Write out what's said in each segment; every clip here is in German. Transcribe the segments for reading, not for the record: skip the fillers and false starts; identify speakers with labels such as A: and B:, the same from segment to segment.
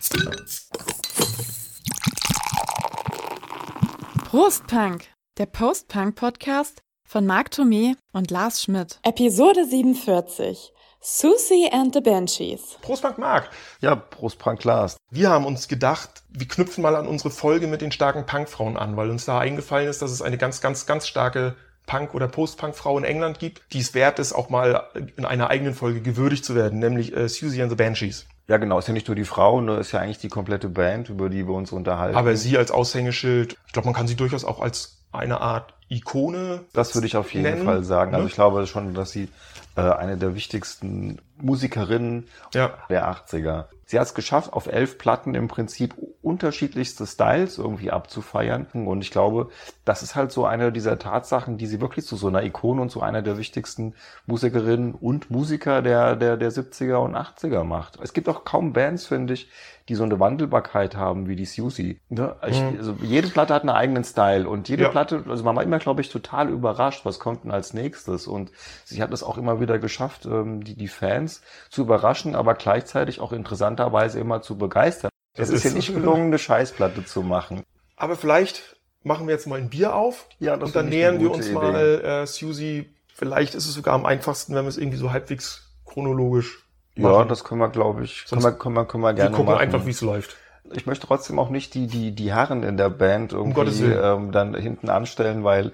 A: Prost Punk, der Post-Punk-Podcast von Marc Thomé und Lars Schmidt.
B: Episode 47. Siouxsie and the Banshees.
C: Prost Punk Marc.
D: Ja, Prost Punk Lars.
C: Wir haben uns gedacht, wir knüpfen mal an unsere Folge mit den starken Punkfrauen an, weil uns da eingefallen ist, dass es eine ganz starke Punk- oder Post-Punk-Frau in England gibt, die es wert ist, auch mal in einer eigenen Folge gewürdigt zu werden, nämlich Siouxsie and the Banshees.
D: Ja genau, ist ja nicht nur die Frau, ne, ist ja eigentlich die komplette Band, über die wir uns unterhalten.
C: Aber sie als Aushängeschild, ich glaube, man kann sie durchaus auch als eine Art Ikone
D: Das würde ich auf jeden
C: nennen,
D: Fall sagen. Also
C: ne?
D: ich glaube schon, dass sie eine der wichtigsten Musikerinnen der 80er. Sie hat es geschafft, auf 11 Platten im Prinzip unterschiedlichste Styles irgendwie abzufeiern. Und ich glaube, das ist halt so eine dieser Tatsachen, die sie wirklich zu so einer Ikone und zu einer der wichtigsten Musikerinnen und Musiker der 70er und 80er macht. Es gibt auch kaum Bands, finde ich, die so eine Wandelbarkeit haben wie die Siouxsie. Ne? Also jede Platte hat einen eigenen Style und jede Platte, also man war immer, glaube ich, total überrascht, was kommt denn als nächstes. Und sie hat es auch immer wieder geschafft, die Fans zu überraschen, aber gleichzeitig auch interessanterweise immer zu begeistern. Es ist ja nicht gelungen, eine Scheißplatte zu machen.
C: Aber vielleicht machen wir jetzt mal ein Bier auf und dann nähern wir uns mal Siouxsie. Vielleicht ist es sogar am einfachsten, wenn wir es irgendwie so halbwegs chronologisch machen.
D: Ja, das können wir, glaube ich, können wir gerne machen.
C: Wir gucken einfach, wie es läuft.
D: Ich möchte trotzdem auch nicht die Herren in der Band irgendwie dann hinten anstellen, weil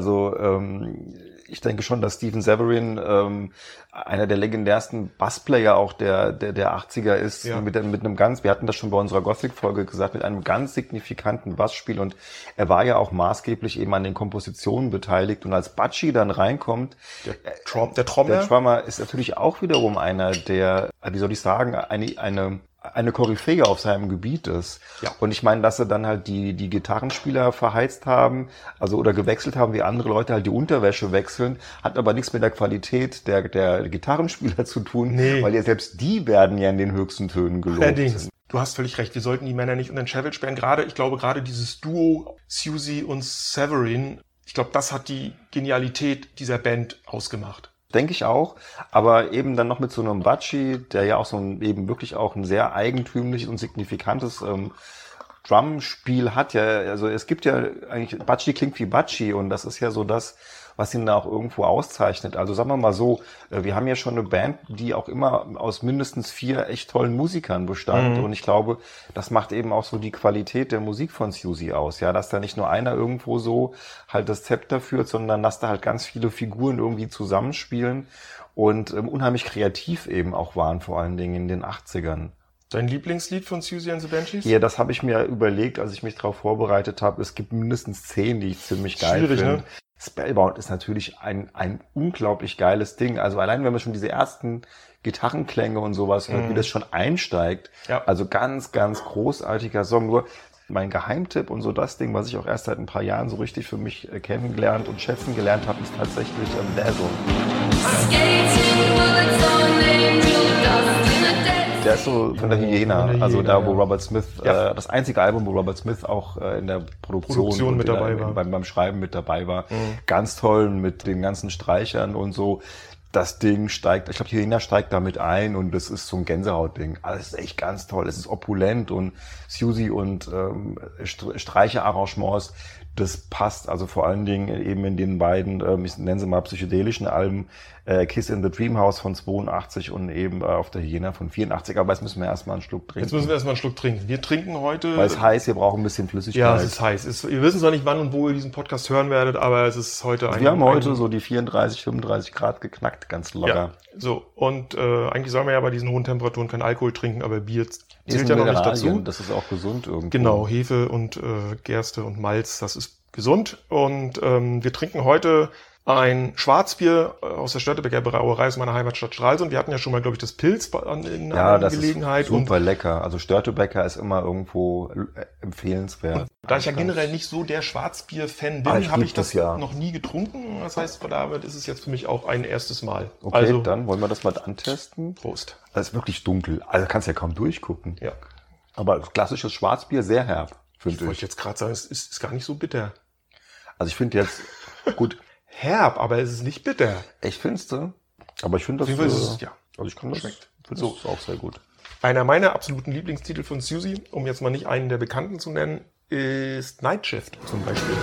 D: ich denke schon, dass Steven Severin einer der legendärsten Bassplayer auch der 80er ist, mit einem ganz, wir hatten das schon bei unserer Gothic-Folge gesagt, mit einem ganz signifikanten Bassspiel, und er war ja auch maßgeblich eben an den Kompositionen beteiligt, und als Butchie dann reinkommt,
C: der Trommler
D: ist natürlich auch wiederum einer der, wie soll ich sagen, eine Koryphäe auf seinem Gebiet ist. Ja. Und ich meine, dass sie dann halt die Gitarrenspieler verheizt haben, also oder gewechselt haben, wie andere Leute halt die Unterwäsche wechseln, hat aber nichts mit der Qualität der Gitarrenspieler zu tun, weil ja selbst die werden ja in den höchsten Tönen gelobt.
C: Allerdings. Du hast völlig recht, wir sollten die Männer nicht unter den Scheffel sperren. Ich glaube, gerade dieses Duo Siouxsie und Severin, ich glaube, das hat die Genialität dieser Band ausgemacht.
D: Denke ich auch, aber eben dann noch mit so einem Butchie, der ja auch eben wirklich auch ein sehr eigentümliches und signifikantes Drumspiel hat. Ja, also es gibt ja eigentlich, Butchie klingt wie Butchie, und das ist ja so das, was ihn da auch irgendwo auszeichnet. Also sagen wir mal so, wir haben ja schon eine Band, die auch immer aus mindestens 4 echt tollen Musikern bestand. Und ich glaube, das macht eben auch so die Qualität der Musik von Siouxsie aus. Ja, dass da nicht nur einer irgendwo so halt das Zepter führt, sondern dass da halt ganz viele Figuren irgendwie zusammenspielen und unheimlich kreativ eben auch waren, vor allen Dingen in den 80ern.
C: Dein Lieblingslied von Siouxsie and the Banshees?
D: Ja, das habe ich mir überlegt, als ich mich darauf vorbereitet habe. Es gibt mindestens 10, die ich ziemlich geil finde. Ne? Spellbound ist natürlich ein unglaublich geiles Ding. Also allein, wenn man schon diese ersten Gitarrenklänge und sowas hört, wie das schon einsteigt. Ja. Also ganz großartiger Song. Nur mein Geheimtipp und so das Ding, was ich auch erst seit ein paar Jahren so richtig für mich kennengelernt und schätzen gelernt habe, ist tatsächlich Dazzle. Der ist so von der Hyena, also da, wo Robert Smith, das einzige Album, wo Robert Smith auch in der Produktion
C: mit dabei war.
D: Beim Schreiben mit dabei war. Ganz toll mit den ganzen Streichern und so. Das Ding steigt, ich glaube, Hyena steigt damit ein, und das ist so ein Gänsehautding. Also es ist echt ganz toll, es ist opulent, und Siouxsie und Streicherarrangements, das passt. Also vor allen Dingen eben in den beiden, ich nenne sie mal psychedelischen Alben, Kiss in the Dream House von 82 und eben auf der Hyena von 84. Aber jetzt müssen wir erstmal einen Schluck trinken.
C: Wir trinken heute...
D: Weil es heiß, wir brauchen ein bisschen Flüssigkeit.
C: Ja, es ist heiß. Ihr wissen zwar nicht, wann und wo ihr diesen Podcast hören werdet, aber es ist heute
D: wir haben heute so die 34, 35 Grad geknackt, ganz locker.
C: Ja, so. Und eigentlich soll man ja bei diesen hohen Temperaturen kein Alkohol trinken, aber Bier zählt ja noch nicht dazu.
D: Das ist auch gesund irgendwie.
C: Genau, Hefe und Gerste und Malz, das ist gesund. Und wir trinken heute ein Schwarzbier aus der Störtebeker Brauerei aus meiner Heimatstadt Stralsund. Wir hatten ja schon mal, glaube ich, das Pilz in einer Gelegenheit.
D: Ja, super lecker. Also Störtebeker ist immer irgendwo empfehlenswert.
C: Da ich ja generell nicht so der Schwarzbier-Fan bin, habe ich das noch nie getrunken. Das heißt, damit ist es jetzt für mich auch ein erstes Mal.
D: Okay, also, dann wollen wir das mal antesten.
C: Prost.
D: Das ist wirklich dunkel. Also kannst ja kaum durchgucken.
C: Ja.
D: Aber klassisches Schwarzbier, sehr herb, finde ich.
C: Ich wollte jetzt gerade sagen, es ist gar nicht so bitter.
D: Also ich finde jetzt, gut...
C: herb, aber es ist nicht bitter.
D: Echt, findest du? Aber ich finde das...
C: Ist es, ja.
D: Also ich kann das...
C: Schmeckt.
D: So ist auch sehr gut.
C: Einer meiner absoluten Lieblingstitel von Siouxsie, um jetzt mal nicht einen der Bekannten zu nennen, ist Night Shift zum Beispiel.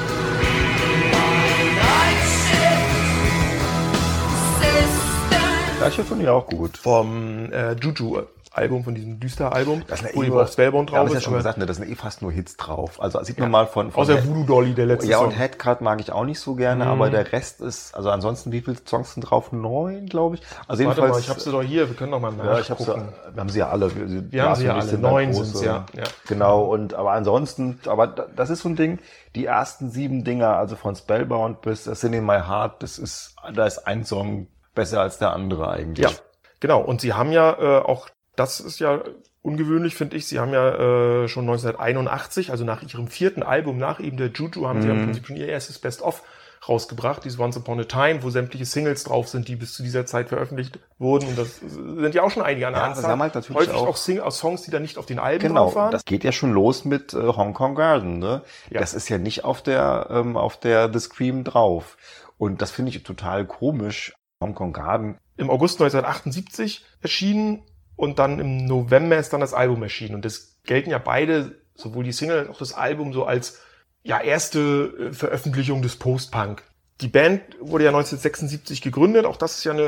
D: Das finde ich auch gut.
C: Vom Juju-Album, von diesem Düster-Album,
D: wo
C: eben auch Spellbound drauf ist.
D: Ja schon gesagt, ne, da sind fast nur Hits drauf. Also sieht man mal von
C: außer Voodoo Dolly, der letzte
D: Song.
C: Ja,
D: und Headcut mag ich auch nicht so gerne, aber der Rest ist, also ansonsten, wie viele Songs sind drauf? 9, glaube ich. Also
C: warte mal, ich habe sie doch hier, wir können doch mal nachgucken.
D: Wir haben sie ja alle.
C: Wir haben sie ja alle, 9 sind es, ja.
D: Genau, aber ansonsten, aber das ist so ein Ding, die ersten 7 Dinger, also von Spellbound bis Sin in My Heart, da ist ein Song besser als der andere eigentlich.
C: Ja, genau. Und sie haben ja auch, das ist ja ungewöhnlich, finde ich, sie haben ja schon 1981, also nach ihrem 4. Album, nach eben der Juju, haben sie ja im Prinzip schon ihr erstes Best-of rausgebracht, dieses Once Upon a Time, wo sämtliche Singles drauf sind, die bis zu dieser Zeit veröffentlicht wurden. Und das sind ja auch schon einige an der Anzahl.
D: Sie haben halt natürlich
C: häufig auch Songs, die da nicht auf den Alben drauf waren.
D: Das geht ja schon los mit Hong Kong Garden, ne? Ja. Das ist ja nicht auf der The Scream drauf. Und das finde ich total komisch. Hong Kong Garden.
C: Im August 1978 erschienen und dann im November ist dann das Album erschienen. Und das gelten ja beide, sowohl die Single als auch das Album, so als erste Veröffentlichung des Post-Punk. Die Band wurde ja 1976 gegründet. Auch das ist ja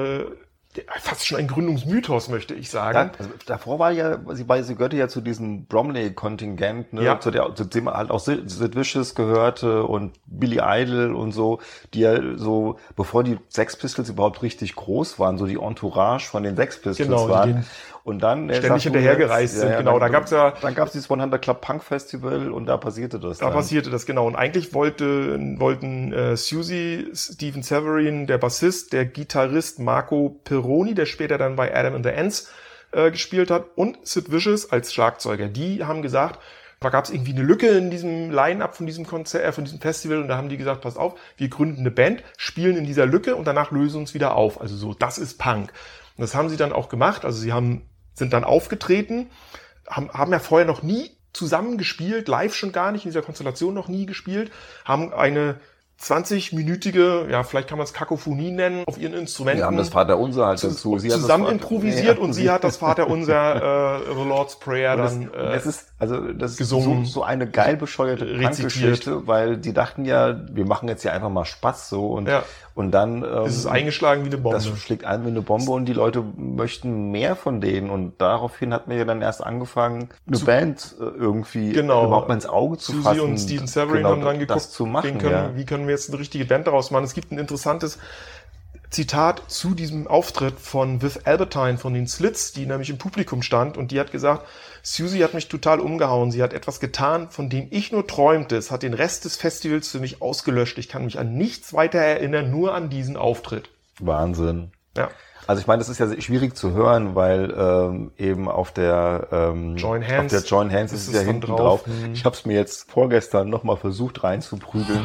C: fast schon ein Gründungsmythos, möchte ich sagen.
D: Also davor war ja, sie gehörte ja zu diesem Bromley-Kontingent, ne, zu dem halt auch Sid Vicious gehörte und Billy Idol und so, die ja so, bevor die Sex Pistols überhaupt richtig groß waren, so die Entourage von den Sex Pistols waren. Und dann
C: ständig hinterhergereist sind, genau.
D: Dann gab's dieses 100 Club Punk Festival und da passierte das.
C: Genau. Und eigentlich wollten Siouxsie, Stephen Severin, der Bassist, der Gitarrist Marco Pirroni, der später dann bei Adam and the Ants gespielt hat, und Sid Vicious als Schlagzeuger. Die haben gesagt, da gab's irgendwie eine Lücke in diesem Line-Up von diesem Konzert, von diesem Festival, und da haben die gesagt, pass auf, wir gründen eine Band, spielen in dieser Lücke und danach lösen uns wieder auf. Also so, das ist Punk. Und das haben sie dann auch gemacht. Also sie sind dann aufgetreten, haben ja vorher noch nie zusammen gespielt, live schon gar nicht, in dieser Konstellation noch nie gespielt, haben eine 20-minütige, vielleicht kann man es Kakophonie nennen, auf ihren Instrumenten.
D: Wir haben das Vaterunser halt dazu.
C: Zusammen improvisiert und sie hat das Vaterunser The Lord's Prayer dann
D: das
C: gesungen.
D: So eine geil bescheuerte Punk-Geschichte, weil die dachten ja, wir machen jetzt hier einfach mal Spaß so und dann
C: ist es eingeschlagen wie eine Bombe.
D: Das schlägt ein wie eine Bombe und die Leute möchten mehr von denen und daraufhin hat man ja dann erst angefangen, eine Band irgendwie überhaupt mal ins Auge zu fassen.
C: Siouxsie und Stephen Severin haben dann geguckt,
D: das zu machen,
C: wie können wir jetzt eine richtige Band daraus machen. Es gibt ein interessantes Zitat zu diesem Auftritt von Viv Albertine von den Slits, die nämlich im Publikum stand, und die hat gesagt, Siouxsie hat mich total umgehauen. Sie hat etwas getan, von dem ich nur träumte. Es hat den Rest des Festivals für mich ausgelöscht. Ich kann mich an nichts weiter erinnern, nur an diesen Auftritt.
D: Wahnsinn.
C: Ja.
D: Also ich meine, das ist ja schwierig zu hören, weil eben auf der
C: Join Hands
D: ist es ja hinten drauf. Ich habe es mir jetzt vorgestern nochmal versucht reinzuprügeln.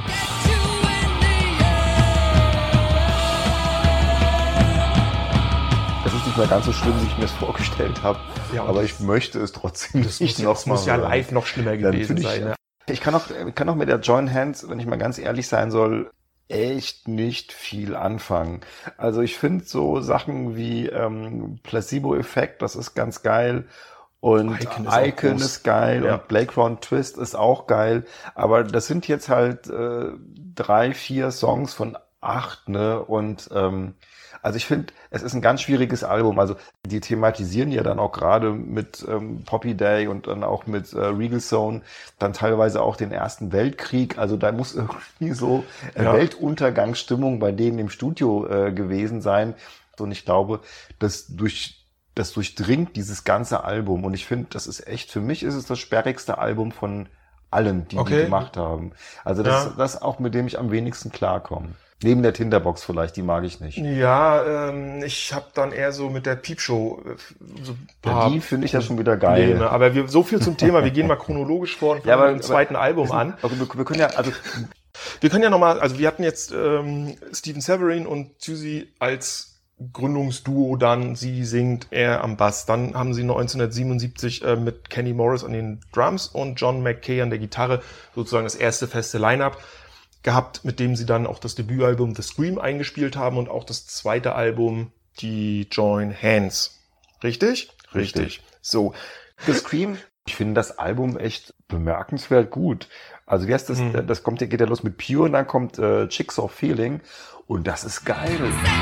D: Das ist nicht mehr ganz so schlimm, wie ich mir es vorgestellt habe, aber ich möchte es trotzdem nicht noch mal.
C: Das muss ja live noch schlimmer gewesen sein. Ne?
D: Ich kann auch mit der Join Hands, wenn ich mal ganz ehrlich sein soll, echt nicht viel anfangen. Also ich finde so Sachen wie Placebo-Effekt, das ist ganz geil. Und Icon ist geil und Playground Twist ist auch geil. Aber das sind jetzt halt 3, 4 Songs von 8, ne? Und also ich finde, es ist ein ganz schwieriges Album. Also die thematisieren ja dann auch gerade mit Poppy Day und dann auch mit Regal Zone dann teilweise auch den Ersten Weltkrieg. Also da muss irgendwie so Weltuntergangsstimmung bei denen im Studio gewesen sein. Und ich glaube, das durchdringt dieses ganze Album. Und ich finde, das ist echt, für mich ist es das sperrigste Album von allen, die gemacht haben. Also das auch, mit dem ich am wenigsten klarkomme. Neben der Tinderbox vielleicht, die mag ich nicht.
C: Ja, ich habe dann eher so mit der Piepshow
D: die finde ich ja schon wieder geil.
C: Probleme. Aber so viel zum Thema. Wir gehen mal chronologisch vor und fangen mit dem zweiten Album an.
D: Wir können ja
C: nochmal, also wir hatten jetzt Stephen Severin und Siouxsie als Gründungsduo, dann sie singt, er am Bass. Dann haben sie 1977 mit Kenny Morris an den Drums und John McKay an der Gitarre sozusagen das erste feste Line-Up gehabt, mit dem sie dann auch das Debütalbum The Scream eingespielt haben und auch das zweite Album, die Join Hands. Richtig? Richtig.
D: So, The Scream, ich finde das Album echt bemerkenswert gut. Also wie heißt das? Geht ja los mit Pure und dann kommt Chicks of Feeling und das ist geil.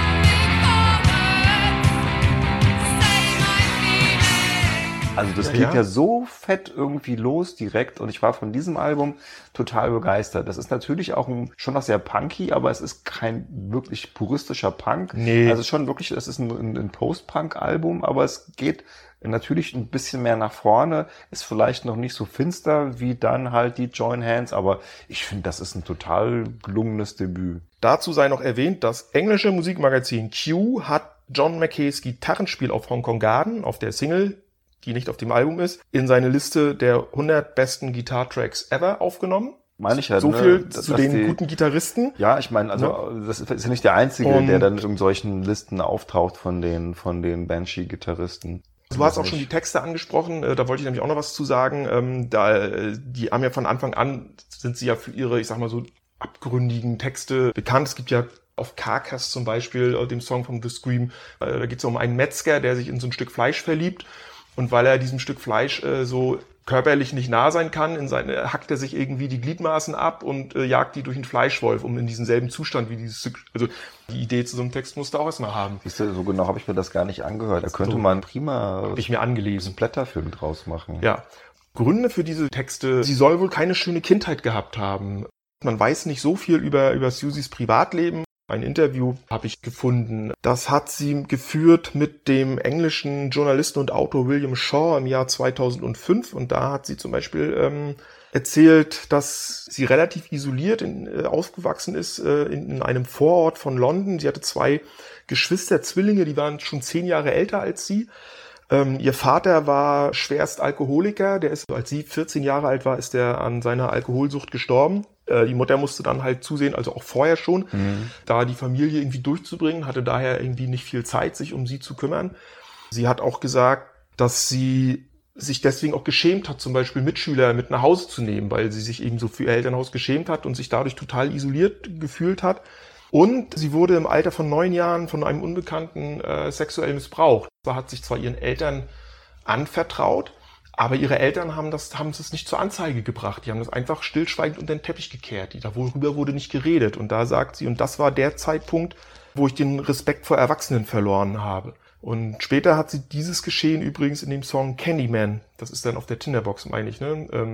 D: Also das geht ja so fett irgendwie los direkt und ich war von diesem Album total begeistert. Das ist natürlich auch schon noch sehr punky, aber es ist kein wirklich puristischer Punk.
C: Nee.
D: Also schon wirklich, es ist ein Post-Punk-Album, aber es geht natürlich ein bisschen mehr nach vorne, ist vielleicht noch nicht so finster wie dann halt die Join Hands, aber ich finde, das ist ein total gelungenes Debüt.
C: Dazu sei noch erwähnt, das englische Musikmagazin Q hat John Mackays Gitarrenspiel auf Hong Kong Garden, auf der Single, die nicht auf dem Album ist, in seine Liste der 100 besten Guitar-Tracks ever aufgenommen.
D: Meine ich halt,
C: so viel zu den guten Gitarristen.
D: Ja, ich meine, also das ist ja nicht der Einzige, der dann in solchen Listen auftaucht von den Banshee-Gitarristen.
C: Du hast auch schon die Texte angesprochen, da wollte ich nämlich auch noch was zu sagen. Die haben ja von Anfang an, sind sie ja für ihre, ich sag mal so, abgründigen Texte bekannt. Es gibt ja auf Carcass zum Beispiel, dem Song von The Scream, da geht es um einen Metzger, der sich in so ein Stück Fleisch verliebt. Und weil er diesem Stück Fleisch so körperlich nicht nah sein kann, hackt er sich irgendwie die Gliedmaßen ab und jagt die durch einen Fleischwolf, um in diesen selben Zustand wie dieses Stück. Also die Idee zu so einem Text musst du auch erstmal haben.
D: Siehst du, so genau habe ich mir das gar nicht angehört. Da könnte man prima
C: hab ich mir angelesen.
D: Blätterfilm draus machen.
C: Ja. Gründe für diese Texte, sie soll wohl keine schöne Kindheit gehabt haben. Man weiß nicht so viel über Susys Privatleben. Ein Interview habe ich gefunden. Das hat sie geführt mit dem englischen Journalisten und Autor William Shaw im Jahr 2005. Und da hat sie zum Beispiel erzählt, dass sie relativ isoliert aufgewachsen ist in einem Vorort von London. Sie hatte 2 Geschwister, Zwillinge, die waren schon 10 Jahre älter als sie. Ihr Vater war schwerst Alkoholiker. Der ist, als sie 14 Jahre alt war, ist er an seiner Alkoholsucht gestorben. Die Mutter musste dann halt zusehen, also auch vorher schon, da die Familie irgendwie durchzubringen, hatte daher irgendwie nicht viel Zeit, sich um sie zu kümmern. Sie hat auch gesagt, dass sie sich deswegen auch geschämt hat, zum Beispiel Mitschüler mit nach Hause zu nehmen, weil sie sich eben so für ihr Elternhaus geschämt hat und sich dadurch total isoliert gefühlt hat. Und sie wurde im Alter von 9 Jahren von einem Unbekannten sexuell missbraucht. Zwar hat sich zwar ihren Eltern anvertraut, aber ihre Eltern haben es nicht zur Anzeige gebracht. Die haben das einfach stillschweigend unter den Teppich gekehrt. Darüber wurde nicht geredet. Und da sagt sie, und das war der Zeitpunkt, wo ich den Respekt vor Erwachsenen verloren habe. Und später hat sie dieses Geschehen übrigens in dem Song Candyman, das ist dann auf der Tinderbox, meine ich,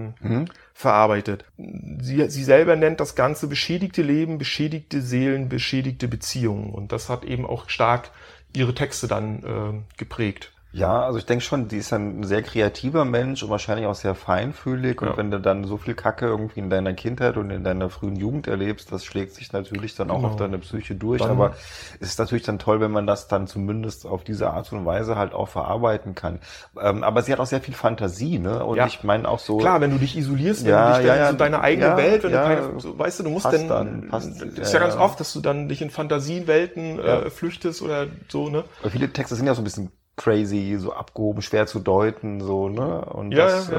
C: verarbeitet. Sie selber nennt das Ganze beschädigte Leben, beschädigte Seelen, beschädigte Beziehungen. Und das hat eben auch stark ihre Texte dann geprägt.
D: Ja, also ich denke schon, die ist ein sehr kreativer Mensch und wahrscheinlich auch sehr feinfühlig. Und wenn du dann so viel Kacke irgendwie in deiner Kindheit und in deiner frühen Jugend erlebst, das schlägt sich natürlich dann auch auf deine Psyche durch. Aber es ist natürlich dann toll, wenn man das dann zumindest auf diese Art und Weise halt auch verarbeiten kann. Aber sie hat auch sehr viel Fantasie, ne? Und ich meine auch so...
C: Klar, wenn du dich isolierst, wenn du dich dann in deine eigene Welt, wenn du keine... So, weißt du musst ist ja ganz oft, dass du dann dich in Fantasiewelten flüchtest oder so, ne?
D: Aber viele Texte sind ja so ein bisschen crazy, so abgehoben, schwer zu deuten, so, ne? Und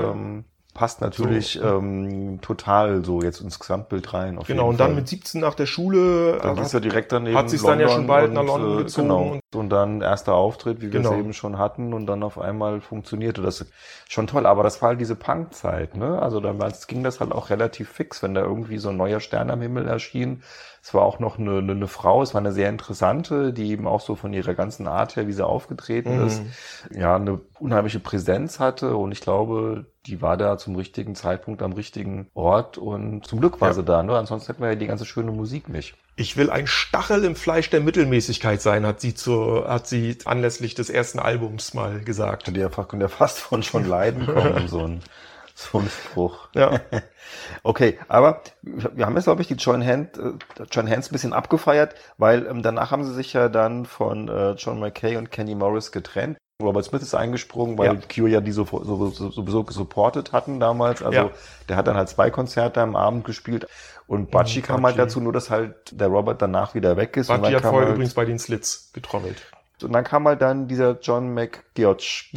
D: passt natürlich total so jetzt ins Gesamtbild rein. Auf jeden Fall.
C: Und dann mit 17 nach der Schule
D: dann ist er direkt daneben.
C: Hat sich dann ja schon bald nach London gezogen.
D: Genau. Und dann erster Auftritt, wie wir es eben schon hatten, und dann auf einmal funktionierte das schon toll. Aber das war halt diese Punkzeit, ne? Also damals ging das halt auch relativ fix, wenn da irgendwie so ein neuer Stern am Himmel erschien. Es war auch noch eine Frau, es war eine sehr interessante, die eben auch so von ihrer ganzen Art her, wie sie aufgetreten ist, ja, eine unheimliche Präsenz hatte. Und ich glaube, die war da zum richtigen Zeitpunkt am richtigen Ort. Und zum Glück war sie da, ne? Ansonsten hätten wir ja die ganze schöne Musik nicht.
C: Ich will ein Stachel im Fleisch der Mittelmäßigkeit sein, hat sie anlässlich des ersten Albums mal gesagt.
D: Könnte ja fast von schon Leiden kommen, so ein Spruch.
C: Ja.
D: Okay, aber wir haben jetzt, glaube ich, die Join Hands ein bisschen abgefeiert, weil danach haben sie sich ja dann von John Mackay und Kenny Morris getrennt. Robert Smith ist eingesprungen, weil Cure ja die sowieso gesupportet hatten damals. Also der hat dann halt 2 Konzerte am Abend gespielt. Und Butchie kam halt dazu, nur dass halt der Robert danach wieder weg ist.
C: Butchie hat vorher übrigens bei den Slits getrommelt.
D: Und dann kam halt dann dieser John McGeoch.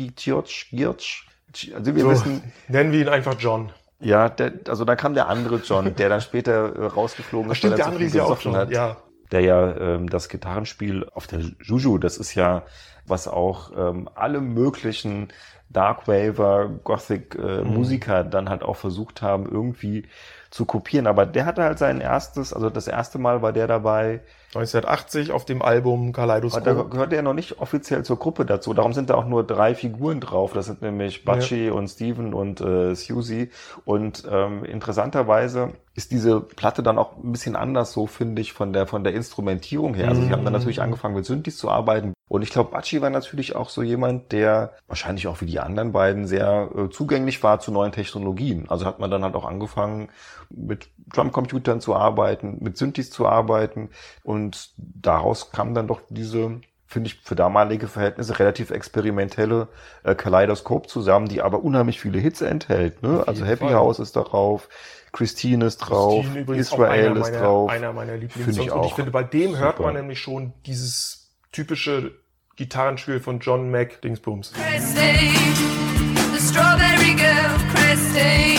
D: Also wir wissen,
C: nennen wir ihn einfach John.
D: Ja, also dann kam der andere John, der dann später rausgeflogen ist,
C: weil er zu viel gesoffen hat. Ja.
D: Der ja das Gitarrenspiel auf der Juju, das ist ja was auch alle möglichen Darkwaver, Gothic-Musiker dann halt auch versucht haben, irgendwie zu kopieren. Aber der hatte halt das erste Mal war der dabei.
C: 1980 auf dem Album Kaleidoskop.
D: Da gehörte er noch nicht offiziell zur Gruppe dazu. Darum sind da auch nur 3 Figuren drauf. Das sind nämlich Butchie und Steven und Susie. Und interessanterweise ist diese Platte dann auch ein bisschen anders, so finde ich, von der Instrumentierung her. Also sie haben dann natürlich angefangen mit Synthes zu arbeiten. Und ich glaube, Butchie war natürlich auch so jemand, der wahrscheinlich auch wie die anderen beiden sehr zugänglich war zu neuen Technologien. Also hat man dann halt auch angefangen, mit Drumcomputern zu arbeiten, mit Synthes zu arbeiten. Und daraus kam dann doch diese, finde ich, für damalige Verhältnisse relativ experimentelle Kaleidoskop zusammen, die aber unheimlich viele Hits enthält. Ne? Also Happy House ist darauf, Christine ist drauf, Israel ist drauf.
C: Einer meiner Lieblingssongs. Und ich finde, bei dem hört man nämlich schon dieses typische Gitarrenspiel von John Mac Dingsbums.
D: Christine, the Strawberry Girl, Christine.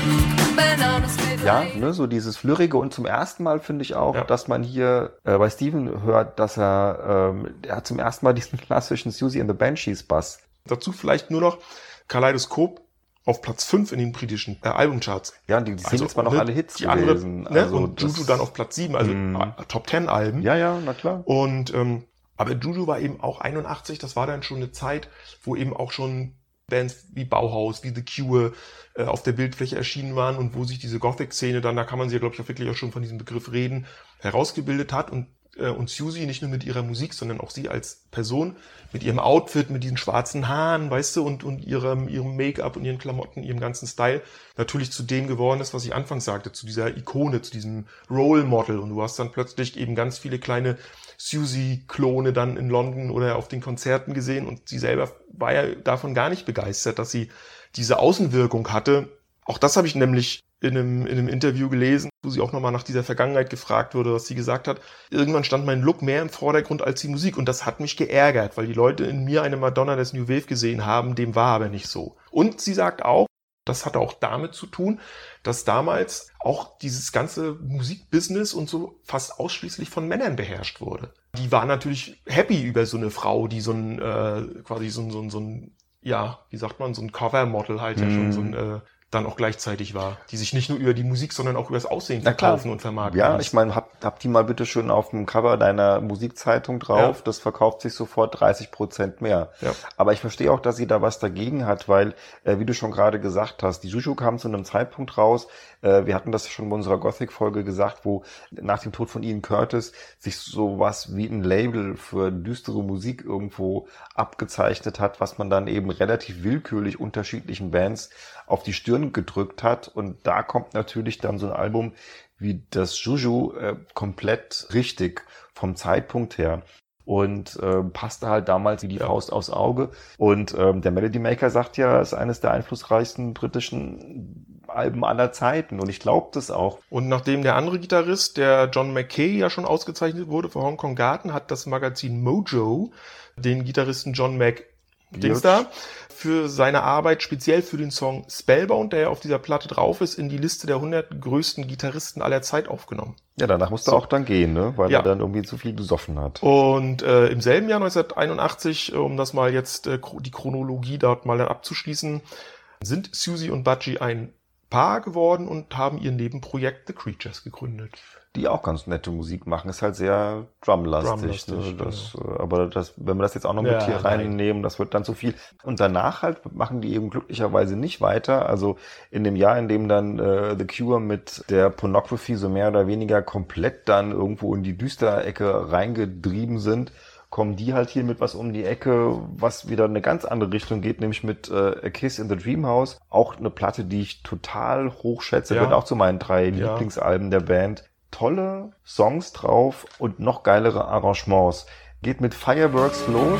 D: Ja, ne, so dieses Flirrige und zum ersten Mal finde ich auch, dass man hier bei Steven hört, dass er hat zum ersten Mal diesen klassischen Susie and the Banshees Bass.
C: Dazu vielleicht nur noch Kaleidoskop auf Platz 5 in den britischen Albumcharts.
D: Ja, und die Singles waren auch alle Hits
C: die
D: gewesen.
C: Andere, also und Juju dann auf Platz 7, also Top 10 Alben.
D: Ja, na klar.
C: Und aber Juju war eben auch 81, das war dann schon eine Zeit, wo eben auch schon Bands wie Bauhaus, wie The Cure auf der Bildfläche erschienen waren und wo sich diese Gothic-Szene dann, da kann man sie ja, glaube ich, auch wirklich auch schon von diesem Begriff reden, herausgebildet hat und Susie nicht nur mit ihrer Musik, sondern auch sie als Person, mit ihrem Outfit, mit diesen schwarzen Haaren, weißt du, und ihrem Make-up und ihren Klamotten, ihrem ganzen Style, natürlich zu dem geworden ist, was ich anfangs sagte, zu dieser Ikone, zu diesem Role Model. Und du hast dann plötzlich eben ganz viele kleine Susie-Klone dann in London oder auf den Konzerten gesehen und sie selber war ja davon gar nicht begeistert, dass sie diese Außenwirkung hatte. Auch das habe ich nämlich in einem Interview gelesen, wo sie auch nochmal nach dieser Vergangenheit gefragt wurde, was sie gesagt hat. Irgendwann stand mein Look mehr im Vordergrund als die Musik und das hat mich geärgert, weil die Leute in mir eine Madonna des New Wave gesehen haben, dem war aber nicht so. Und sie sagt auch, das hatte auch damit zu tun, dass damals auch dieses ganze Musikbusiness und so fast ausschließlich von Männern beherrscht wurde. Die waren natürlich happy über so eine Frau, die so ein quasi so ein ja, wie sagt man, so ein Covermodel halt ja schon so ein dann auch gleichzeitig war, die sich nicht nur über die Musik, sondern auch über das Aussehen verkaufen und vermarkten.
D: Ja, ich meine, hab die mal bitte schön auf dem Cover deiner Musikzeitung drauf, das verkauft sich sofort 30% mehr. Ja. Aber ich verstehe auch, dass sie da was dagegen hat, weil, wie du schon gerade gesagt hast, die Juju kam zu einem Zeitpunkt raus, wir hatten das schon bei unserer Gothic-Folge gesagt, wo nach dem Tod von Ian Curtis sich sowas wie ein Label für düstere Musik irgendwo abgezeichnet hat, was man dann eben relativ willkürlich unterschiedlichen Bands auf die Stirn gedrückt hat. Und da kommt natürlich dann so ein Album wie das Juju komplett richtig vom Zeitpunkt her. Und passte halt damals wie die Faust aufs Auge. Und der Melody Maker sagt ja, es ist eines der einflussreichsten britischen Alben aller Zeiten. Und ich glaube das auch.
C: Und nachdem der andere Gitarrist, der John Mackay, ja schon ausgezeichnet wurde für Hong Kong Garden, hat das Magazin Mojo den Gitarristen John McDingster für seine Arbeit, speziell für den Song Spellbound, der ja auf dieser Platte drauf ist, in die Liste der 100 größten Gitarristen aller Zeit aufgenommen.
D: Ja, danach musste er auch dann gehen, ne? Weil er dann irgendwie zu viel gesoffen hat.
C: Und im selben Jahr 1981, um das mal jetzt die Chronologie dort mal dann abzuschließen, sind Susie und Butchie ein Paar geworden und haben ihr Nebenprojekt The Creatures gegründet.
D: Die auch ganz nette Musik machen, ist halt sehr drumlastig. Ne? Aber wenn wir das jetzt auch noch mit hier reinnehmen, das wird dann zu viel. Und danach halt machen die eben glücklicherweise nicht weiter. Also in dem Jahr, in dem dann The Cure mit der Pornography so mehr oder weniger komplett dann irgendwo in die Düsterecke reingetrieben sind, kommen die halt hier mit was um die Ecke, was wieder in eine ganz andere Richtung geht, nämlich mit A Kiss in the Dream House. Auch eine Platte, die ich total hochschätze, gehört auch zu meinen 3 Lieblingsalben der Band. Tolle Songs drauf und noch geilere Arrangements. Geht mit Fireworks los.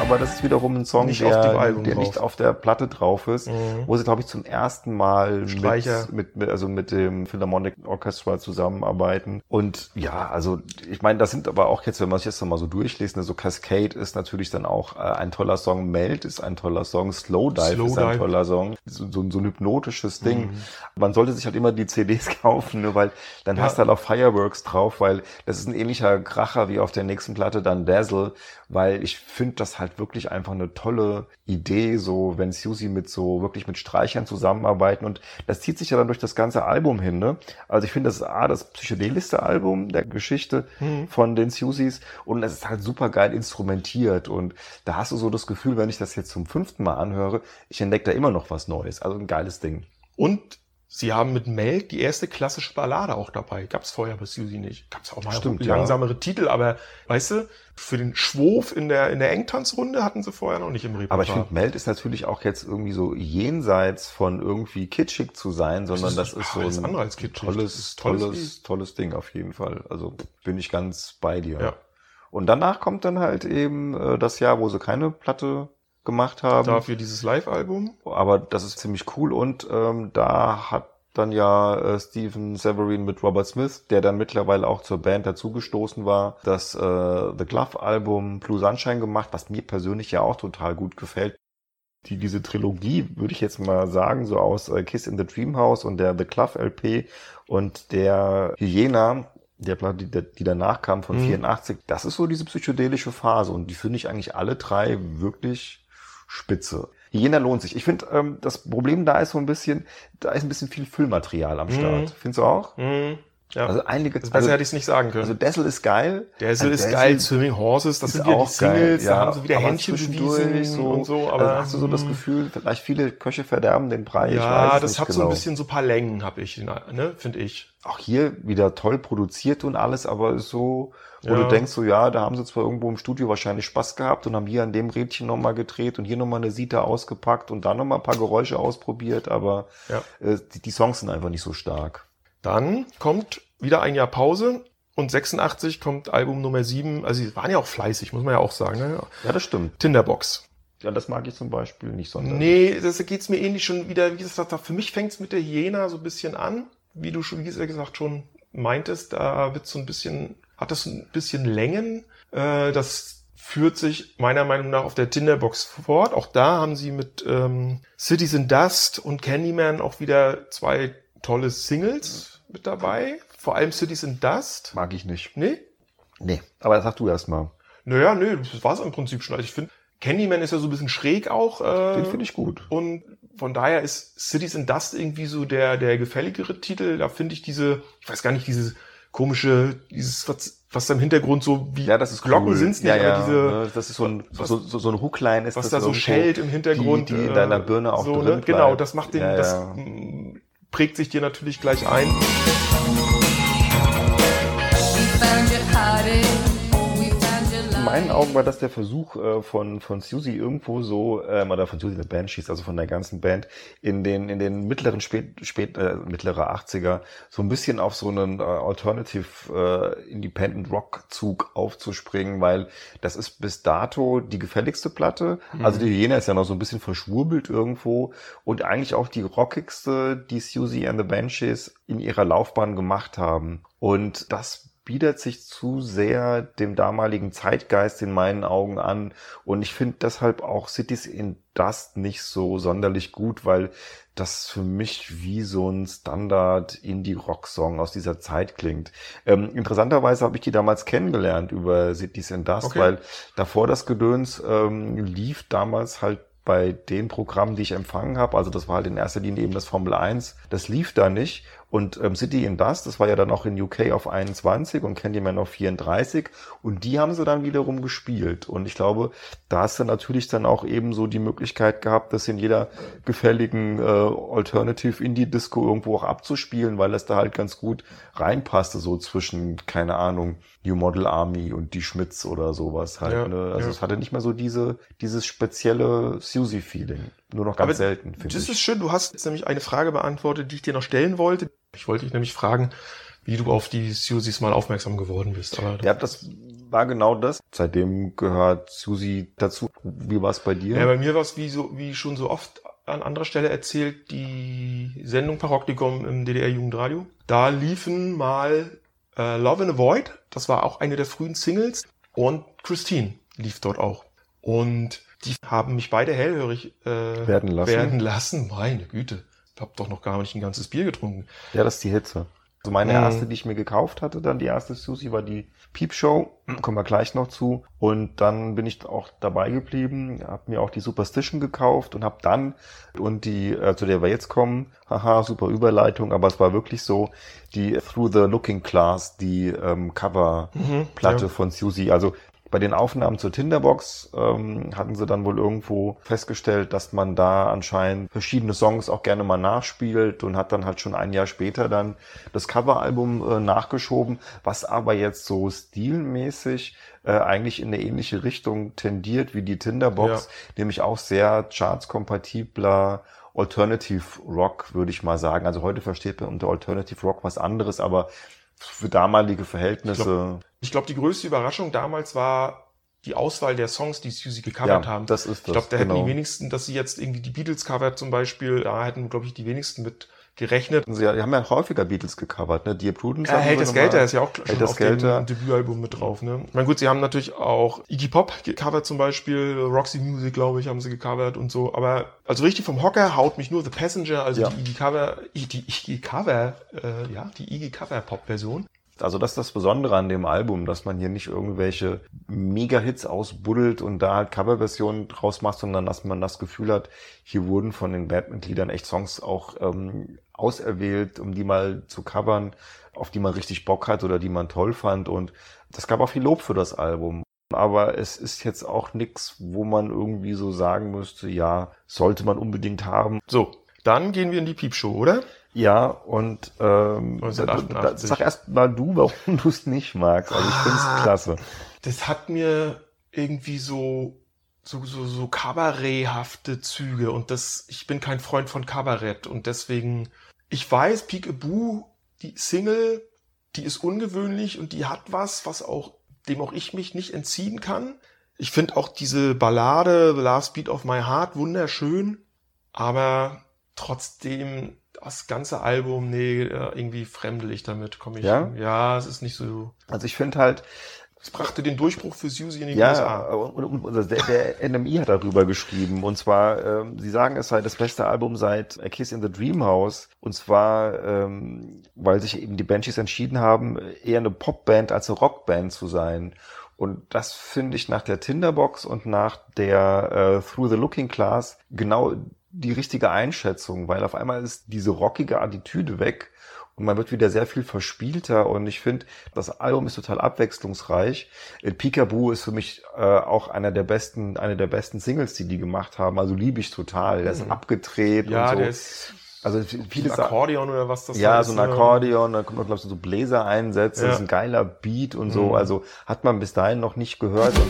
D: aber das ist wiederum ein Song,
C: nicht
D: der nicht auf der Platte drauf ist, wo sie, glaube ich, zum ersten Mal mit dem Philharmonic Orchestra zusammenarbeiten. Und ja, also ich meine, das sind aber auch jetzt, wenn man sich jetzt nochmal so durchliest, so Cascade ist natürlich dann auch ein toller Song, Melt ist ein toller Song, Slow Dive ist ein toller Song, so ein hypnotisches Ding. Man sollte sich halt immer die CDs kaufen, nur weil dann hast du halt auch Fireworks drauf, weil das ist ein ähnlicher Kracher wie auf der nächsten Platte dann Dazzle, weil ich finde das halt wirklich einfach eine tolle Idee, so wenn Siouxsie mit Streichern zusammenarbeiten, und das zieht sich ja dann durch das ganze Album hin, ne? Also ich finde, das ist das psychedelischste Album der Geschichte von den Siouxies, und es ist halt super geil instrumentiert, und da hast du so das Gefühl, wenn ich das jetzt zum 5. Mal anhöre, ich entdecke da immer noch was Neues, also ein geiles Ding.
C: Und sie haben mit Melt die erste klassische Ballade auch dabei. Gab's vorher bei Siouxsie nicht. Gab's auch mal langsamere Titel, aber weißt du, für den Schwof in der Engtanzrunde hatten sie vorher noch nicht im Repertoire.
D: Aber ich finde, Melt ist natürlich auch jetzt irgendwie so jenseits von irgendwie kitschig zu sein, sondern das ist so ein tolles Ding auf jeden Fall. Also bin ich ganz bei dir. Ja. Und danach kommt dann halt eben das Jahr, wo sie keine Platte gemacht haben.
C: Dafür dieses Live-Album.
D: Aber das ist ziemlich cool, und da hat dann ja Stephen Severin mit Robert Smith, der dann mittlerweile auch zur Band dazugestoßen war, das The Glove-Album Blue Sunshine gemacht, was mir persönlich ja auch total gut gefällt. Diese Trilogie, würde ich jetzt mal sagen, so aus Kiss in the Dream House und der The Glove LP und der Hyena, der Platte, die danach kam von 84, das ist so diese psychedelische Phase, und die finde ich eigentlich alle drei wirklich spitze. Hyena lohnt sich. Ich finde, das Problem da ist ein bisschen viel Füllmaterial am Start. Findest du auch?
C: Ja.
D: Also einige,
C: besser hätte ich es nicht sagen können.
D: Also Dazzle ist geil.
C: Dazzle ist geil, Swimming Horses, das sind ja die Singles, da haben sie wieder Händchen bewiesen und so. Aber
D: hast du so das Gefühl, vielleicht viele Köche verderben den Brei?
C: Ja, das hat so ein bisschen so ein paar Längen, finde ich.
D: Auch hier wieder toll produziert und alles, aber ist so, wo du denkst, so da haben sie zwar irgendwo im Studio wahrscheinlich Spaß gehabt und haben hier an dem Rädchen nochmal gedreht und hier nochmal eine Sita ausgepackt und da nochmal ein paar Geräusche ausprobiert, aber die Songs sind einfach nicht so stark.
C: Dann kommt wieder ein Jahr Pause und 86 kommt Album Nummer 7. Also sie waren ja auch fleißig, muss man ja auch sagen. Ne?
D: Ja, das stimmt.
C: Tinderbox.
D: Ja, das mag ich zum Beispiel nicht sonderlich.
C: Nee, das geht's mir ähnlich schon wieder. Wie gesagt, für mich fängt's mit der Hyena so ein bisschen an. Wie du schon, wie gesagt, schon meintest, da hat das ein bisschen Längen. Das führt sich meiner Meinung nach auf der Tinderbox fort. Auch da haben sie mit Cities in Dust und Candyman auch wieder 2 tolle Singles mit dabei. Vor allem Cities in Dust.
D: Mag ich nicht.
C: Nee?
D: Nee, aber das sag du erst mal.
C: Naja, das war's im Prinzip schon. Also ich finde, Candyman ist ja so ein bisschen schräg auch.
D: Den finde ich gut.
C: Und von daher ist Cities in Dust irgendwie so der gefälligere Titel. Da finde ich ich weiß gar nicht, dieses komische, was da im Hintergrund so wie Glocken
D: cool.
C: Sind's nicht, aber diese...
D: Das ist so ein Hookline ist
C: was
D: das
C: da so schellt im Hintergrund.
D: Die in deiner Birne auch
C: so,
D: drin bleibt.
C: Genau, das macht den... Das prägt sich dir natürlich gleich ein.
D: In meinen Augen war das der Versuch von Siouxsie irgendwo so, oder von Siouxsie the Banshees, also von der ganzen Band, in den mittleren mittlere 80er, so ein bisschen auf so einen Alternative Independent Rock Zug aufzuspringen, weil das ist bis dato die gefälligste Platte. Also die Hyena ist ja noch so ein bisschen verschwurbelt irgendwo und eigentlich auch die rockigste, die Siouxsie and the Banshees in ihrer Laufbahn gemacht haben. Und das bietet sich zu sehr dem damaligen Zeitgeist in meinen Augen an, und ich finde deshalb auch Cities in Dust nicht so sonderlich gut, weil das für mich wie so ein Standard-Indie-Rock-Song aus dieser Zeit klingt. Interessanterweise habe ich die damals kennengelernt über Cities in Dust, weil davor das Gedöns lief damals halt bei den Programmen, die ich empfangen habe, also das war halt in erster Linie eben das Formel 1, das lief da nicht. Und City in Dust, das war ja dann auch in UK auf 21 und Candyman auf 34, und die haben sie dann wiederum gespielt. Und ich glaube, da hast du natürlich dann auch eben so die Möglichkeit gehabt, das in jeder gefälligen Alternative Indie-Disco irgendwo auch abzuspielen, weil das da halt ganz gut reinpasste, so zwischen, keine Ahnung, New Model Army und die Schmitz oder sowas halt. Ja, ne? Also es hatte nicht mehr so dieses spezielle Siouxsie-Feeling. Nur noch ganz selten, finde ich.
C: Das ist schön, du hast jetzt nämlich eine Frage beantwortet, die ich dir noch stellen wollte. Ich wollte dich nämlich fragen, wie du auf die Siouxies mal aufmerksam geworden bist. Aber
D: ja, das war genau das. Seitdem gehört Susi dazu. Wie war es bei dir?
C: Ja, bei mir war es wie schon so oft an anderer Stelle erzählt, die Sendung Paroktikum im DDR-Jugendradio. Da liefen mal Love in a Void, das war auch eine der frühen Singles, und Christine lief dort auch. Und die haben mich beide hellhörig werden lassen. Meine Güte, ich habe doch noch gar nicht ein ganzes Bier getrunken.
D: Ja, das ist die Hitze. Also meine erste, die ich mir gekauft hatte, dann die erste Susi, war die Peep Show. Kommen wir gleich noch zu. Und dann bin ich auch dabei geblieben, habe mir auch die Superstition gekauft und habe dann, und die, zu der wir jetzt kommen, haha, super Überleitung, aber es war wirklich so, die Through the Looking Glass, die Coverplatte von Susi. Also bei den Aufnahmen zur Tinderbox hatten sie dann wohl irgendwo festgestellt, dass man da anscheinend verschiedene Songs auch gerne mal nachspielt und hat dann halt schon ein Jahr später dann das Coveralbum nachgeschoben, was aber jetzt so stilmäßig eigentlich in eine ähnliche Richtung tendiert wie die Tinderbox, nämlich auch sehr chartskompatibler Alternative Rock, würde ich mal sagen. Also heute versteht man unter Alternative Rock was anderes, aber für damalige Verhältnisse.
C: Ich glaube, die größte Überraschung damals war die Auswahl der Songs, die Susi gecovert haben.
D: Das ist das.
C: Ich glaube, da hätten die wenigsten, dass sie jetzt irgendwie die Beatles covert zum Beispiel, da hätten, glaube ich, die wenigsten mit gerechnet.
D: Sie haben ja häufiger Beatles gecovert, ne? Dear Prudence.
C: Hey, das Gelter ist ja auch schon auf dem
D: Gelter.
C: Debütalbum mit drauf, ne? Ich meine, gut, sie haben natürlich auch Iggy Pop gecovert zum Beispiel, Roxy Music, glaube ich, haben sie gecovert und so. Aber also richtig vom Hocker haut mich nur The Passenger, also die Iggy Cover Pop-Version.
D: Also das ist das Besondere an dem Album, dass man hier nicht irgendwelche Mega-Hits ausbuddelt und da halt Coverversionen draus macht, sondern dass man das Gefühl hat, hier wurden von den Bandmitgliedern echt Songs auch auserwählt, um die mal zu covern, auf die man richtig Bock hat oder die man toll fand. Und das gab auch viel Lob für das Album. Aber es ist jetzt auch nichts, wo man irgendwie so sagen müsste, ja, sollte man unbedingt haben.
C: So, dann gehen wir in die Peep Show, oder?
D: Ja, und sag erst mal du, warum du es nicht magst. Also ich finde es klasse.
C: Das hat mir irgendwie so Kabaretthafte Züge und ich bin kein Freund von Kabarett und deswegen, ich weiß, Peek-a-Boo, die Single, die ist ungewöhnlich und die hat was dem auch ich mich nicht entziehen kann. Ich finde auch diese Ballade, The Last Beat of My Heart, wunderschön, aber trotzdem das ganze Album, irgendwie fremdelig damit komme ich. Ja, es ist nicht so.
D: Also ich finde halt,
C: es brachte den Durchbruch für Susi in die USA.
D: Und der NMI hat darüber geschrieben. Und zwar, sie sagen, es sei das beste Album seit A Kiss in the Dream House. Und zwar, weil sich eben die Banshees entschieden haben, eher eine Popband als eine Rockband zu sein. Und das finde ich nach der Tinderbox und nach der Through the Looking Glass genau die richtige Einschätzung, weil auf einmal ist diese rockige Attitüde weg und man wird wieder sehr viel verspielter und ich finde, das Album ist total abwechslungsreich. Peek-a-Boo ist für mich auch eine der besten Singles, die gemacht haben, also liebe ich total. Der ist abgedreht und so.
C: Der ist
D: also viele
C: Akkordeon oder was das
D: ist. So ein Akkordeon, da kommt noch, glaube ich, so Bläsereinsätze, das ist ein geiler Beat und so, also hat man bis dahin noch nicht gehört. Und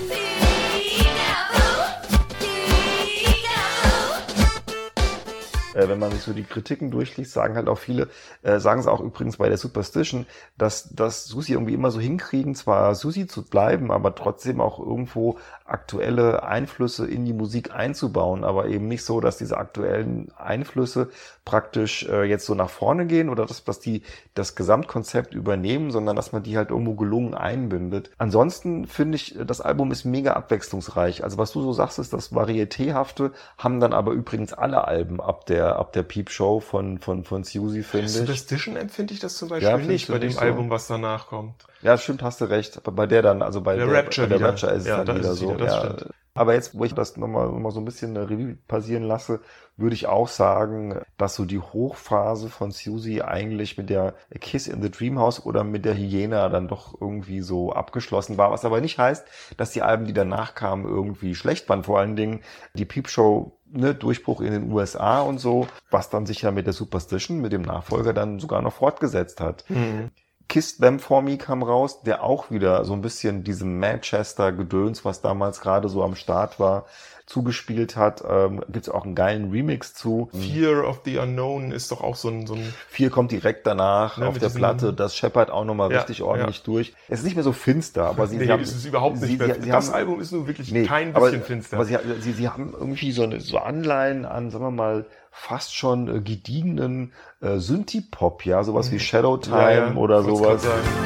D: wenn man sich so die Kritiken durchliest, sagen halt auch viele, sagen es auch übrigens bei der Superstition, dass Susi irgendwie immer so hinkriegen, zwar Susi zu bleiben, aber trotzdem auch irgendwo aktuelle Einflüsse in die Musik einzubauen, aber eben nicht so, dass diese aktuellen Einflüsse praktisch jetzt so nach vorne gehen oder dass die das Gesamtkonzept übernehmen, sondern dass man die halt irgendwo gelungen einbindet. Ansonsten finde ich, das Album ist mega abwechslungsreich. Also was du so sagst, ist das Varietéhafte, haben dann aber übrigens alle Alben ab der Peep Show von Susi, finde ich.
C: Superstition empfinde ich das zum Beispiel nicht bei dem Album, was danach kommt.
D: Ja, stimmt, hast du recht. Aber bei der dann, also bei der Rapture ist es dann wieder so.
C: Stimmt.
D: Aber jetzt, wo ich das nochmal so ein bisschen eine Revue passieren lasse, würde ich auch sagen, dass so die Hochphase von Susi eigentlich mit der A Kiss in the Dream House oder mit der Hyena dann doch irgendwie so abgeschlossen war. Was aber nicht heißt, dass die Alben, die danach kamen, irgendwie schlecht waren. Vor allen Dingen die Peep Show, Durchbruch in den USA und so, was dann sich ja mit der Superstition, mit dem Nachfolger dann sogar noch fortgesetzt hat. Kiss Them For Me kam raus, der auch wieder so ein bisschen diesem Manchester-Gedöns, was damals gerade so am Start war, zugespielt hat. Gibt's auch einen geilen Remix zu.
C: Fear of the Unknown ist doch auch so ein
D: 4 kommt direkt danach auf der Platte. Das scheppert auch nochmal richtig ordentlich durch. Es ist nicht mehr so finster, aber sie haben...
C: es ist überhaupt nicht mehr. Das Album ist nun wirklich kein bisschen finster.
D: Aber sie haben irgendwie so Anleihen an, sagen wir mal, fast schon gediegenen Synthie-Pop, ja, sowas wie Shadowtime oder sowas.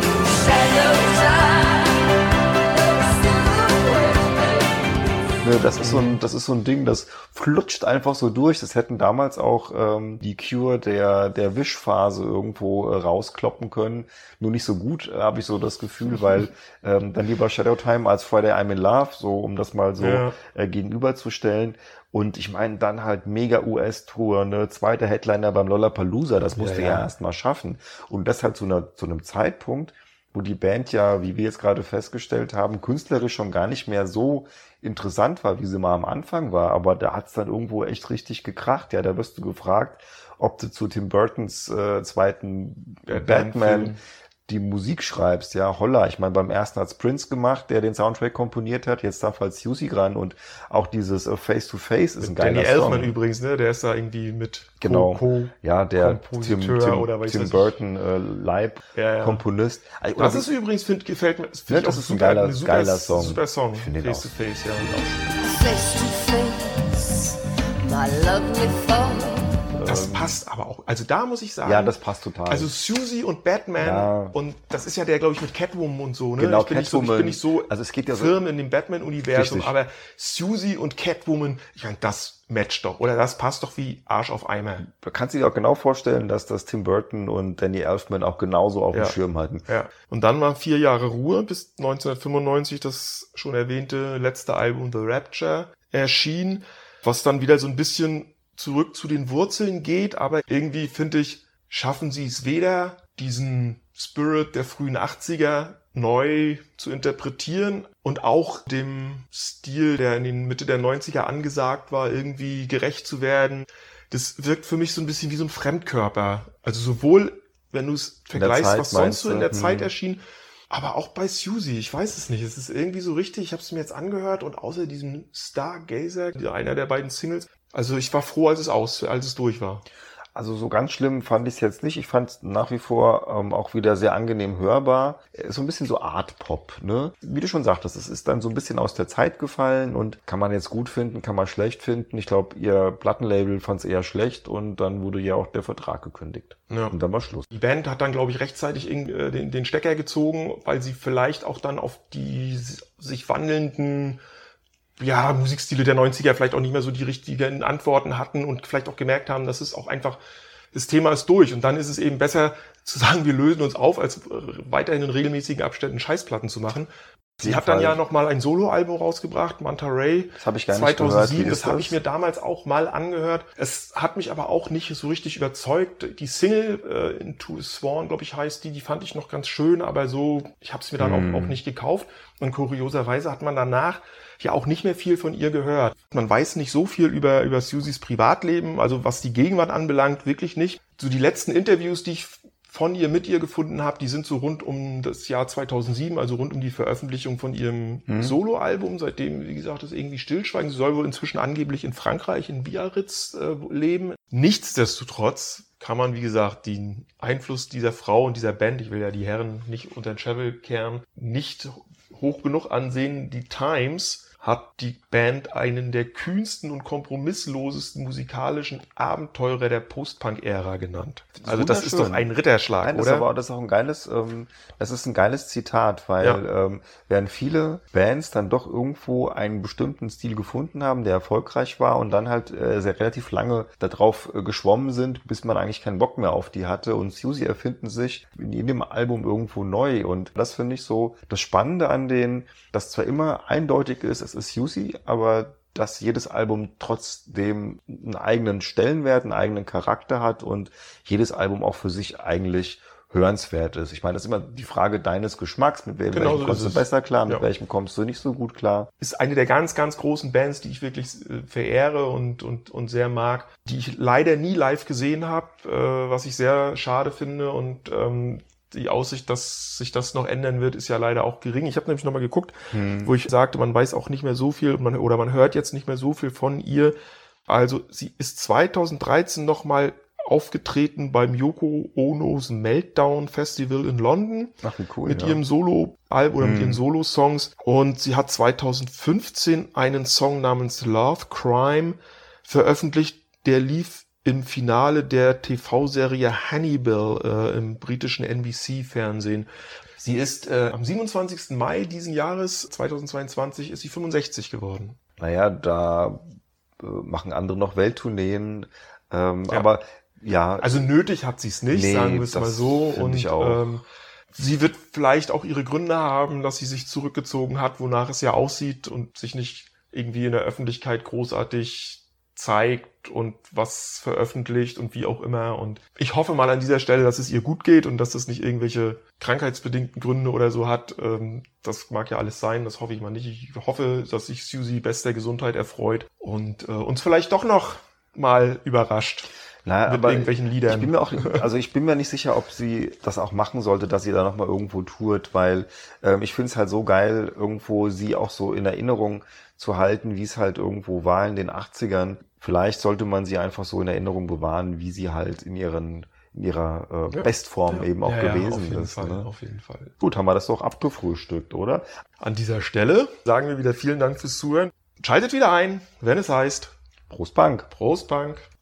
D: Das ist so ein Ding, das flutscht einfach so durch. Das hätten damals auch die Cure der Wish-Phase irgendwo rauskloppen können. Nur nicht so gut, habe ich so das Gefühl, weil dann lieber Shadowtime als Friday I'm in Love, so um das mal so gegenüberzustellen. Und ich meine, dann halt mega US-Tour, ne, zweiter Headliner beim Lollapalooza, das musste ja erst mal schaffen. Und das halt zu einem Zeitpunkt, wo die Band ja, wie wir jetzt gerade festgestellt haben, künstlerisch schon gar nicht mehr so interessant war, wie sie mal am Anfang war. Aber da hat's dann irgendwo echt richtig gekracht. Ja, da wirst du gefragt, ob du zu Tim Burtons zweiten Batman die Musik schreibst, ja, holla. Ich meine, beim ersten hat's Prince gemacht, der den Soundtrack komponiert hat. Jetzt darf halt Susi ran und auch dieses Face to Face ist ein geiler
C: Danny
D: Song.
C: Elfman übrigens, ne, der ist da irgendwie mit
D: ja, der
C: Tim
D: Burton Leib-Komponist.
C: Also, das ist übrigens, gefällt mir,
D: das ist ein geiler Song.
C: Super Song.
D: Face
C: to Face, ja.
E: Face to face, my lovely thought.
C: Das passt aber auch. Also da muss ich sagen.
D: Ja, das passt total.
C: Also Susie und Batman und das ist ja der, glaube ich, mit Catwoman und so, ne?
D: Genau,
C: ich bin nicht so
D: also es geht ja
C: firm in dem Batman-Universum,
D: richtig.
C: Aber Susie und Catwoman, ich meine, das matcht doch, oder das passt doch wie Arsch auf Eimer.
D: Du kannst dir auch genau vorstellen, dass das Tim Burton und Danny Elfman auch genauso auf dem Schirm hatten.
C: Ja. Und dann war 4 Jahre Ruhe, bis 1995 das schon erwähnte letzte Album The Rapture erschien, was dann wieder so ein bisschen zurück zu den Wurzeln geht, aber irgendwie, finde ich, schaffen sie es weder, diesen Spirit der frühen 80er neu zu interpretieren und auch dem Stil, der in den Mitte der 90er angesagt war, irgendwie gerecht zu werden. Das wirkt für mich so ein bisschen wie so ein Fremdkörper. Also sowohl, wenn du es vergleichst, was sonst so in der Zeit erschien, aber auch bei Susie, ich weiß es nicht. Es ist irgendwie so richtig, ich habe es mir jetzt angehört und außer diesem Stargazer, einer der beiden Singles, also ich war froh, als es durch war.
D: Also so ganz schlimm fand ich es jetzt nicht. Ich fand es nach wie vor auch wieder sehr angenehm hörbar. So ein bisschen so Art-Pop, ne? Wie du schon sagtest, es ist dann so ein bisschen aus der Zeit gefallen und kann man jetzt gut finden, kann man schlecht finden. Ich glaube, ihr Plattenlabel fand es eher schlecht und dann wurde ja auch der Vertrag gekündigt. Ja. Und dann war Schluss.
C: Die Band hat dann, glaube ich, rechtzeitig den Stecker gezogen, weil sie vielleicht auch dann auf die sich wandelnden Musikstile der 90er vielleicht auch nicht mehr so die richtigen Antworten hatten und vielleicht auch gemerkt haben, dass es auch einfach, das Thema ist durch. Und dann ist es eben besser zu sagen, wir lösen uns auf, als weiterhin in regelmäßigen Abständen Scheißplatten zu machen. Sie hat dann ja nochmal ein Soloalbum rausgebracht, Manta Ray.
D: Das habe ich gar nicht
C: 2007,
D: gehört.
C: Das habe ich mir damals auch mal angehört. Es hat mich aber auch nicht so richtig überzeugt. Die Single Into a Swan, glaube ich, heißt die fand ich noch ganz schön, aber so, ich habe es mir dann auch nicht gekauft. Und kurioserweise hat man danach ja auch nicht mehr viel von ihr gehört. Man weiß nicht so viel über Susies Privatleben, also was die Gegenwart anbelangt, wirklich nicht. So die letzten Interviews, die ich mit ihr gefunden habe, die sind so rund um das Jahr 2007, also rund um die Veröffentlichung von ihrem Soloalbum. Seitdem, wie gesagt, ist irgendwie Stillschweigen. Sie soll wohl inzwischen angeblich in Frankreich, in Biarritz leben. Nichtsdestotrotz kann man, wie gesagt, den Einfluss dieser Frau und dieser Band, ich will ja die Herren nicht unter den Scheffel kehren, nicht hoch genug ansehen. Die Times hat die Band einen der kühnsten und kompromisslosesten musikalischen Abenteurer der Post-Punk-Ära genannt. Also das ist doch ein Ritterschlag,
D: Nein,
C: oder?
D: Das ist auch ein geiles, das ist ein geiles Zitat, weil während viele Bands dann doch irgendwo einen bestimmten Stil gefunden haben, der erfolgreich war und dann halt sehr relativ lange darauf geschwommen sind, bis man eigentlich keinen Bock mehr auf die hatte, und Susie erfinden sich in jedem Album irgendwo neu, und das finde ich so das Spannende an denen, dass zwar immer eindeutig ist, es ist Susie, aber dass jedes Album trotzdem einen eigenen Stellenwert, einen eigenen Charakter hat und jedes Album auch für sich eigentlich hörenswert ist. Ich meine, das ist immer die Frage deines Geschmacks, mit welchem
C: so
D: kommst du besser klar, mit welchem kommst du nicht so gut klar.
C: Ist eine der ganz, ganz großen Bands, die ich wirklich verehre und sehr mag, die ich leider nie live gesehen habe, was ich sehr schade finde, und die Aussicht, dass sich das noch ändern wird, ist ja leider auch gering. Ich habe nämlich nochmal geguckt, wo ich sagte, man weiß auch nicht mehr so viel oder man hört jetzt nicht mehr so viel von ihr. Also sie ist 2013 nochmal aufgetreten beim Yoko Ono's Meltdown Festival in London.
D: Ach, wie cool,
C: mit ihrem Solo-Album oder mit ihren Solo-Songs. Und sie hat 2015 einen Song namens Love Crime veröffentlicht. Der lief im Finale der TV-Serie Hannibal im britischen NBC-Fernsehen. Sie ist am 27. Mai diesen Jahres, 2022, ist sie 65 geworden.
D: Naja, da machen andere noch Welttourneen. Aber ja.
C: Also nötig hat sie es nicht, sagen wir es mal so. Und
D: ich auch.
C: Sie wird vielleicht auch ihre Gründe haben, dass sie sich zurückgezogen hat, wonach es ja aussieht und sich nicht irgendwie in der Öffentlichkeit großartig zeigt und was veröffentlicht und wie auch immer. Und ich hoffe mal an dieser Stelle, dass es ihr gut geht und dass es nicht irgendwelche krankheitsbedingten Gründe oder so hat. Das mag ja alles sein, das hoffe ich mal nicht. Ich hoffe, dass sich Susie bester Gesundheit erfreut und uns vielleicht doch noch mal überrascht.
D: Naja,
C: mit irgendwelchen Liedern.
D: Ich bin mir nicht sicher, ob sie das auch machen sollte, dass sie da nochmal irgendwo tourt, weil ich finde es halt so geil, irgendwo sie auch so in Erinnerung zu halten, wie es halt irgendwo war in den 80ern. Vielleicht sollte man sie einfach so in Erinnerung bewahren, wie sie halt in ihrer Bestform eben auch gewesen ist.
C: Auf jeden Fall.
D: Gut, haben wir das doch abgefrühstückt, oder?
C: An dieser Stelle sagen wir wieder vielen Dank fürs Zuhören. Schaltet wieder ein, wenn es heißt
D: Prost Punk.
C: Prost Punk.